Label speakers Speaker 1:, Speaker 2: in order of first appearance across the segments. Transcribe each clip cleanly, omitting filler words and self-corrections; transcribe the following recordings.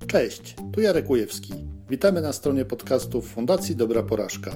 Speaker 1: Cześć, tu Jarek Ujewski. Witamy na stronie podcastów Fundacji Dobra Porażka.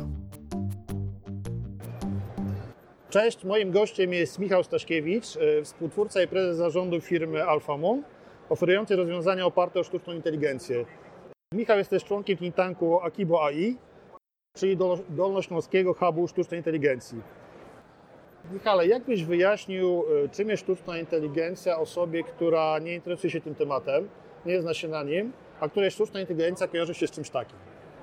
Speaker 1: Cześć, moim gościem jest Michał Staszkiewicz, współtwórca i prezes zarządu firmy Alphamon, oferującej rozwiązania oparte o sztuczną inteligencję. Michał jest też członkiem think tanku Akibo AI, czyli Dolnośląskiego Hubu Sztucznej Inteligencji. Michale, jak byś wyjaśnił, czym jest sztuczna inteligencja osobie, która nie interesuje się tym tematem, nie zna się na nim, a której sztuczna inteligencja kojarzy się z czymś takim?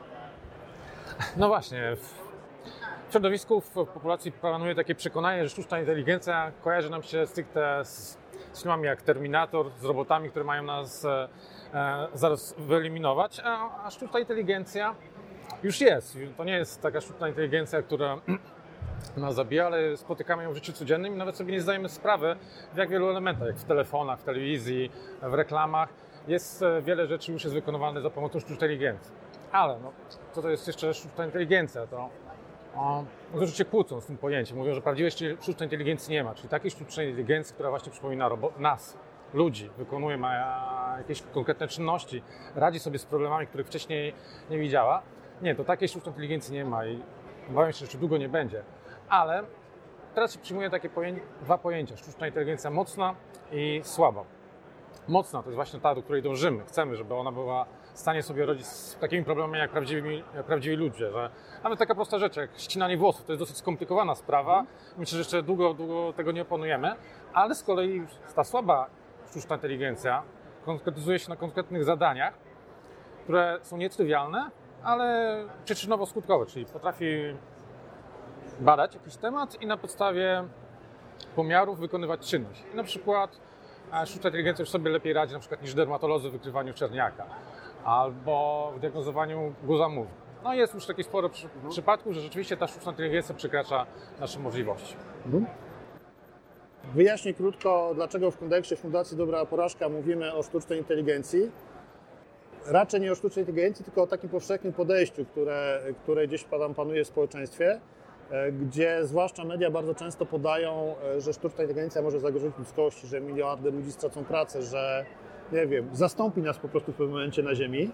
Speaker 2: No właśnie, w środowisku, w populacji panuje takie przekonanie, że sztuczna inteligencja kojarzy nam się stricte z filmami jak Terminator, z robotami, które mają nas zaraz wyeliminować, a sztuczna inteligencja już jest. To nie jest taka sztuczna inteligencja, która nas zabija, ale spotykamy ją w życiu codziennym i nawet sobie nie zdajemy sprawy, w jak wielu elementach, jak w telefonach, w telewizji, w reklamach. Jest wiele rzeczy już jest wykonywane za pomocą sztucznej inteligencji. Ale co to jest jeszcze sztuczna inteligencja? To niektórzy się kłócą z tym pojęciem. Mówią, że prawdziwej sztucznej inteligencji nie ma. Czyli takiej sztucznej inteligencji, która właśnie przypomina nas, ludzi, wykonuje, ma jakieś konkretne czynności, radzi sobie z problemami, których wcześniej nie widziała. Nie, to takiej sztucznej inteligencji nie ma i obawiam się, że jeszcze długo nie będzie. Ale teraz się przyjmuje takie dwa pojęcia. Sztuczna inteligencja mocna i słaba. Mocna to jest właśnie ta, do której dążymy. Chcemy, żeby ona była w stanie sobie radzić z takimi problemami jak prawdziwi ludzie. Że nawet taka prosta rzecz jak ścinanie włosów, to jest dosyć skomplikowana sprawa. Myślę, że jeszcze długo tego nie opanujemy, ale z kolei ta słaba sztuczna inteligencja konkretyzuje się na konkretnych zadaniach, które są nietrywialne, ale przyczynowo-skutkowe, czyli potrafi badać jakiś temat i na podstawie pomiarów wykonywać czynność. I na przykład sztuczna inteligencja już sobie lepiej radzi na przykład niż dermatolodzy w wykrywaniu czerniaka albo w diagnozowaniu guza mózgu. No jest już takie sporo przypadków, że rzeczywiście ta sztuczna inteligencja przekracza nasze możliwości.
Speaker 1: Wyjaśnij krótko, dlaczego w kontekście Fundacji Dobra Porażka mówimy o sztucznej inteligencji. Raczej nie o sztucznej inteligencji, tylko o takim powszechnym podejściu, które gdzieś tam panuje w społeczeństwie, gdzie zwłaszcza media bardzo często podają, że sztuczna inteligencja może zagrozić ludzkości, że miliardy ludzi stracą pracę, że nie wiem, zastąpi nas po prostu w pewnym momencie na Ziemi.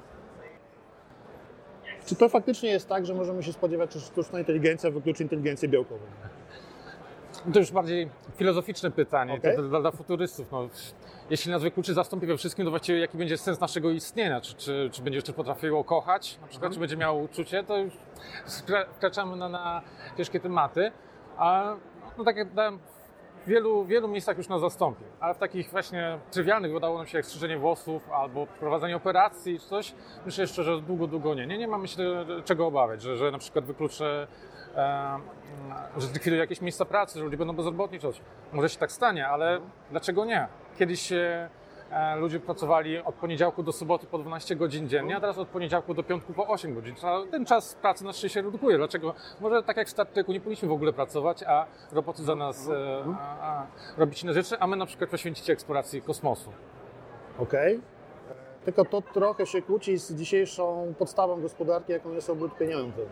Speaker 1: Czy to faktycznie jest tak, że możemy się spodziewać, że sztuczna inteligencja wykluczy inteligencję białkową?
Speaker 2: To już bardziej filozoficzne pytanie,
Speaker 1: okay.
Speaker 2: To dla futurystów. Jeśli nas wykluczy, zastąpi we wszystkim, to właściwie jaki będzie sens naszego istnienia? Czy będzie jeszcze potrafiło kochać, na przykład, czy będzie miało uczucie? To już wkraczamy na ciężkie tematy. Tak jak dałem, w wielu miejscach już nas zastąpi, ale w takich właśnie trywialnych udało nam się jak strzyżenie włosów albo prowadzenie operacji czy coś, myślę jeszcze, że długo nie. Nie mamy się czego obawiać, że na przykład wykluczy, że zlikwiduje jakieś miejsca pracy, że ludzie będą bezrobotni, coś. Może się tak stanie, ale dlaczego nie? Kiedyś ludzie pracowali od poniedziałku do soboty po 12 godzin dziennie, a teraz od poniedziałku do piątku po 8 godzin. Ten czas pracy na szczęście redukuje. Dlaczego? Może tak jak w Star Treku nie powinniśmy w ogóle pracować, a roboty za nas robić inne rzeczy, a my na przykład poświęcić eksploracji kosmosu.
Speaker 1: Okej. Tylko to trochę się kłóci z dzisiejszą podstawą gospodarki, jaką jest obrót pieniądzem.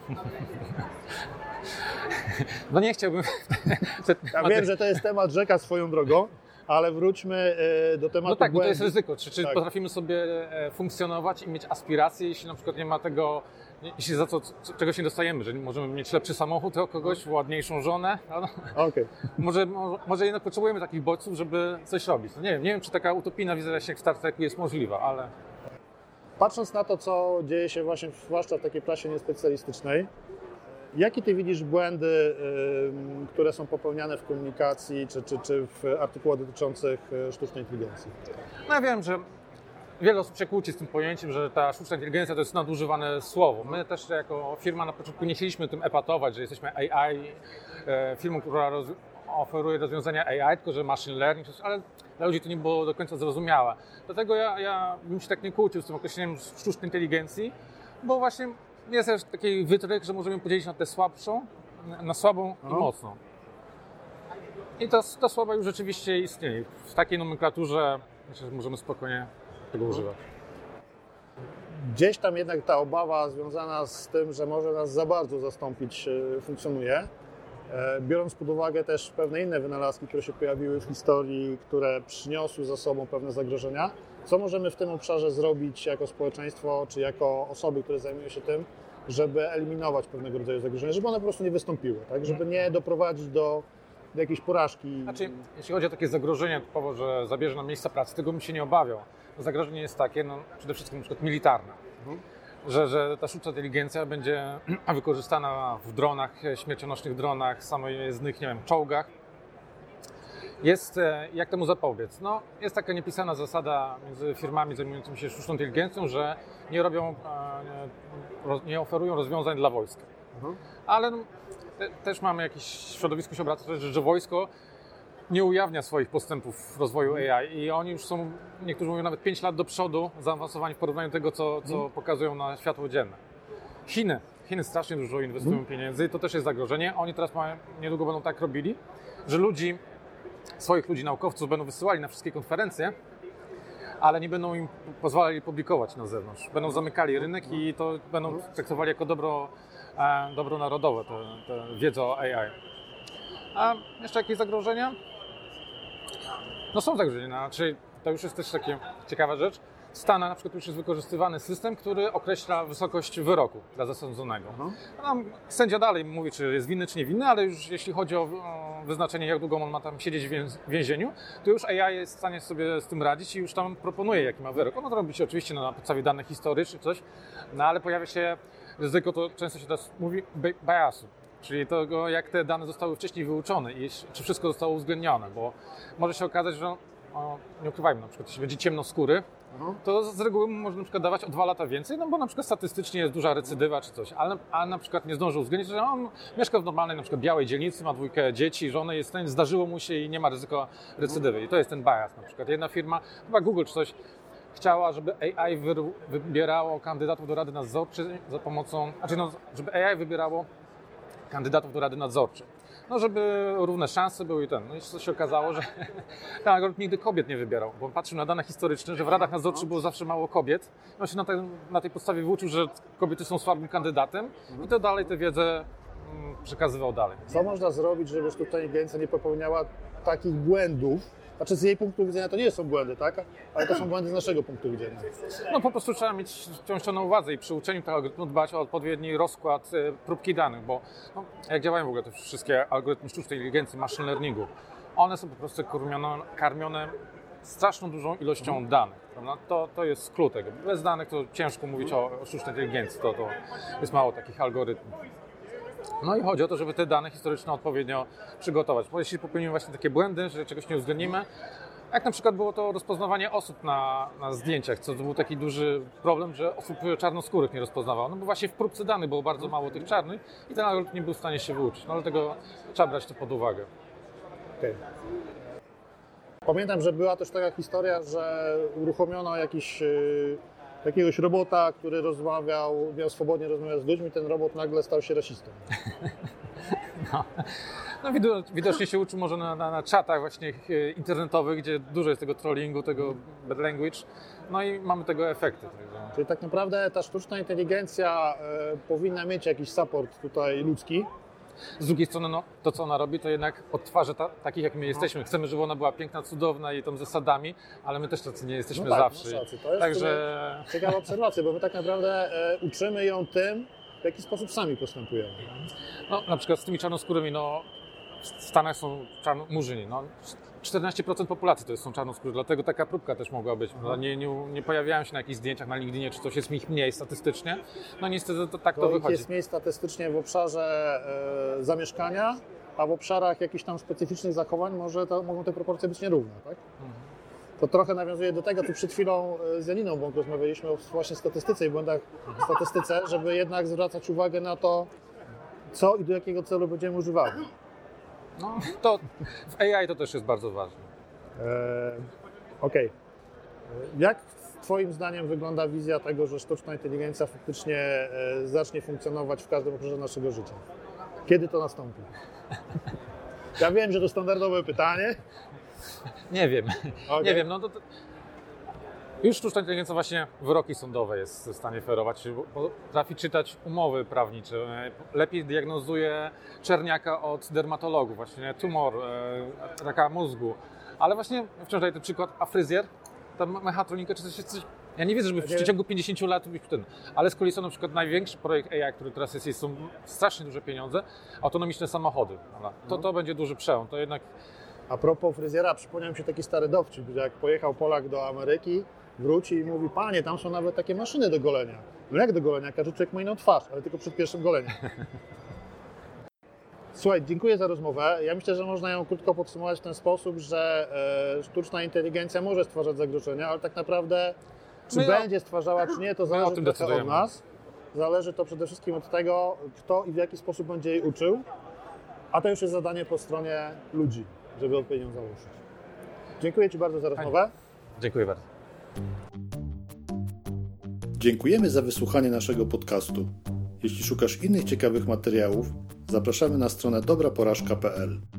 Speaker 2: No nie chciałbym...
Speaker 1: Ja wiem, że to jest temat rzeka swoją drogą, ale wróćmy do tematu
Speaker 2: No tak, bo to
Speaker 1: błędu.
Speaker 2: jest ryzyko. Czy potrafimy sobie funkcjonować i mieć aspiracje, jeśli na przykład nie ma tego, jeśli za czegoś nie dostajemy, że możemy mieć lepszy samochód od kogoś, ładniejszą żonę.
Speaker 1: Okay.
Speaker 2: Może jednak potrzebujemy takich bodźców, żeby coś robić. No nie wiem, czy taka utopijna wizja jak w Star Treku jest możliwa, ale...
Speaker 1: Patrząc na to, co dzieje się właśnie, zwłaszcza w takiej prasie niespecjalistycznej, jakie ty widzisz błędy, które są popełniane w komunikacji czy w artykułach dotyczących sztucznej inteligencji?
Speaker 2: No ja wiem, że wiele osób się kłóci z tym pojęciem, że ta sztuczna inteligencja to jest nadużywane słowo. My też jako firma na początku nie chcieliśmy tym epatować, że jesteśmy AI, firmą, która oferuje rozwiązania AI, tylko że machine learning, ale dla ludzi to nie było do końca zrozumiałe. Dlatego ja bym się tak nie kłócił z tym określeniem sztucznej inteligencji, bo właśnie jest też taki wytrych, że możemy podzielić na słabą i mocną. I ta słaba już rzeczywiście istnieje. W takiej nomenklaturze myślę, że możemy spokojnie tego używać.
Speaker 1: Gdzieś tam jednak ta obawa związana z tym, że może nas za bardzo zastąpić, funkcjonuje. Biorąc pod uwagę też pewne inne wynalazki, które się pojawiły w historii, które przyniosły za sobą pewne zagrożenia, Co możemy w tym obszarze zrobić jako społeczeństwo, czy jako osoby, które zajmują się tym, żeby eliminować pewnego rodzaju zagrożenia, żeby one po prostu nie wystąpiły, tak? Żeby nie doprowadzić do jakiejś porażki.
Speaker 2: Znaczy, jeśli chodzi o takie zagrożenie typowo, że zabierze nam miejsca pracy, tego bym się nie obawiał. Zagrożenie jest takie, no, przede wszystkim na przykład militarne, że ta sztuczna inteligencja będzie wykorzystana w dronach, śmiercionośnych dronach, samojezdnych, nie wiem, czołgach. Jak temu zapobiec? No, jest taka niepisana zasada między firmami zajmującymi się sztuczną inteligencją, że nie oferują rozwiązań dla wojska. Ale no, też mamy jakieś środowisko się obraca, że wojsko nie ujawnia swoich postępów w rozwoju AI i oni już są, niektórzy mówią, nawet 5 lat do przodu zaawansowani w porównaniu do tego, co pokazują na światło dzienne. Chiny strasznie dużo inwestują pieniędzy i to też jest zagrożenie. Oni teraz niedługo będą tak robili, że swoich ludzi, naukowców będą wysyłali na wszystkie konferencje, ale nie będą im pozwalali publikować na zewnątrz. Będą zamykali rynek i to będą traktowali jako dobro narodowe, tę wiedzę o AI. A jeszcze jakieś zagrożenia? No są zagrożenia, czyli to już jest też taka ciekawa rzecz. W Stanach na przykład już jest wykorzystywany system, który określa wysokość wyroku dla zasądzonego. Tam sędzia dalej mówi, czy jest winny, czy nie winny, ale już jeśli chodzi o wyznaczenie, jak długo on ma tam siedzieć w więzieniu, to już AI jest w stanie sobie z tym radzić i już tam proponuje, jaki ma wyrok. Ono to robi się oczywiście na podstawie danych historycznych, coś, no ale pojawia się ryzyko, to często się teraz mówi, biasu. Czyli tego, jak te dane zostały wcześniej wyuczone i czy wszystko zostało uwzględnione, bo może się okazać, że, nie ukrywajmy, na przykład jeśli będzie ciemnoskóry, to z reguły może na przykład dawać o 2 lata więcej, no bo na przykład statystycznie jest duża recydywa czy coś, ale na przykład nie zdążył uwzględnić, że on mieszka w normalnej na przykład białej dzielnicy, ma 2 dzieci, żonę, zdarzyło mu się i nie ma ryzyka recydywy. I to jest ten bias na przykład. Jedna firma, chyba Google czy coś, chciała, żeby AI wybierało kandydatów do Rady Nadzorczej za pomocą, żeby AI wybierało kandydatów do Rady Nadzorczej. No, żeby równe szanse były i No i co się okazało, że ten algorytm nigdy kobiet nie wybierał, bo on patrzył na dane historyczne, że w radach nadzorczych było zawsze mało kobiet. On się na tej podstawie wyuczył, że kobiety są słabym kandydatem i to dalej tę wiedzę przekazywał dalej.
Speaker 1: Co można zrobić, żeby sztuczna inteligencja nie popełniała takich błędów? Znaczy z jej punktu widzenia to nie są błędy, tak? Ale to są błędy z naszego punktu widzenia.
Speaker 2: No po prostu trzeba mieć wciąż to na uwadze i przy uczeniu tego algorytmu dbać o odpowiedni rozkład próbki danych, bo jak działają w ogóle te wszystkie algorytmy sztucznej inteligencji, machine learningu, one są po prostu karmione straszną dużą ilością danych. Prawda? To jest klucz tego. Bez danych to ciężko mówić o sztucznej inteligencji, to jest mało takich algorytmów. No i chodzi o to, żeby te dane historyczne odpowiednio przygotować. Bo jeśli popełnimy właśnie takie błędy, że czegoś nie uwzględnimy, jak na przykład było to rozpoznawanie osób na zdjęciach, co to był taki duży problem, że osób czarnoskórych nie rozpoznawał. No bo właśnie w próbce danych było bardzo mało tych czarnych i ten algorytm nie był w stanie się wyuczyć. No dlatego trzeba brać to pod uwagę.
Speaker 1: Okay. Pamiętam, że była też taka historia, że uruchomiono jakiegoś robota, który miał swobodnie rozmawiać z ludźmi, ten robot nagle stał się rasistą.
Speaker 2: No widocznie się uczył może na czatach właśnie internetowych, gdzie dużo jest tego trollingu, tego bad language, no i mamy tego efekty.
Speaker 1: Czyli tak naprawdę ta sztuczna inteligencja powinna mieć jakiś support tutaj ludzki.
Speaker 2: Z drugiej strony, no, to co ona robi, to jednak odtwarza takich, jak my jesteśmy. Chcemy, żeby ona była piękna, cudowna i tam zasadami, ale my też tacy nie jesteśmy zawsze.
Speaker 1: To jest także ciekawa obserwacja, bo my tak naprawdę uczymy ją tym, w jaki sposób sami postępujemy.
Speaker 2: No, na przykład z tymi czarnoskórymi, w Stanach są murzyni. 14% populacji to są czarnoskórzy, dlatego taka próbka też mogła być. Nie pojawiają się na jakichś zdjęciach na LinkedInie, czy coś jest ich mniej statystycznie. No niestety to wychodzi.
Speaker 1: Jest mniej statystycznie w obszarze zamieszkania, a w obszarach jakichś tam specyficznych zachowań mogą te proporcje być nierówne, tak? To trochę nawiązuje do tego, co przed chwilą z Janiną Bąk rozmawialiśmy o właśnie statystyce i błędach w statystyce, żeby jednak zwracać uwagę na to, co i do jakiego celu będziemy używali.
Speaker 2: No, to w AI to też jest bardzo ważne.
Speaker 1: Okej. Jak Twoim zdaniem wygląda wizja tego, że sztuczna inteligencja faktycznie zacznie funkcjonować w każdym obszarze naszego życia? Kiedy to nastąpi? Ja wiem, że to standardowe pytanie.
Speaker 2: Nie wiem.
Speaker 1: Okay.
Speaker 2: Nie wiem. Już sztuczna inteligencja właśnie wyroki sądowe jest w stanie oferować, potrafi czytać umowy prawnicze, lepiej diagnozuje czerniaka od dermatologów, właśnie tumor, raka mózgu. Ale właśnie wciąż daję ten przykład, a fryzjer ta mechatronika, czy coś. Ja nie widzę, żeby w przeciągu 50 lat byś ten. Ale z kolei są na przykład największy projekt AI, który teraz jest, są strasznie duże pieniądze, autonomiczne samochody. To będzie duży przełom. To jednak.
Speaker 1: A propos fryzjera, przypomniał mi się taki stary dowcip, że jak pojechał Polak do Ameryki, wróci i mówi: panie, tam są nawet takie maszyny do golenia. No jak do golenia? Każdy człowiek ma inną twarz, ale tylko przed pierwszym goleniem. Słuchaj, dziękuję za rozmowę. Ja myślę, że można ją krótko podsumować w ten sposób, że sztuczna inteligencja może stwarzać zagrożenia, ale tak naprawdę czy będzie stwarzała, czy nie, to zależy trochę od nas. Zależy to przede wszystkim od tego, kto i w jaki sposób będzie jej uczył, a to już jest zadanie po stronie ludzi, żeby odpowiednio założyć. Dziękuję Ci bardzo za rozmowę.
Speaker 2: Dziękuję bardzo.
Speaker 1: Dziękujemy za wysłuchanie naszego podcastu. Jeśli szukasz innych ciekawych materiałów, zapraszamy na stronę dobraporażka.pl.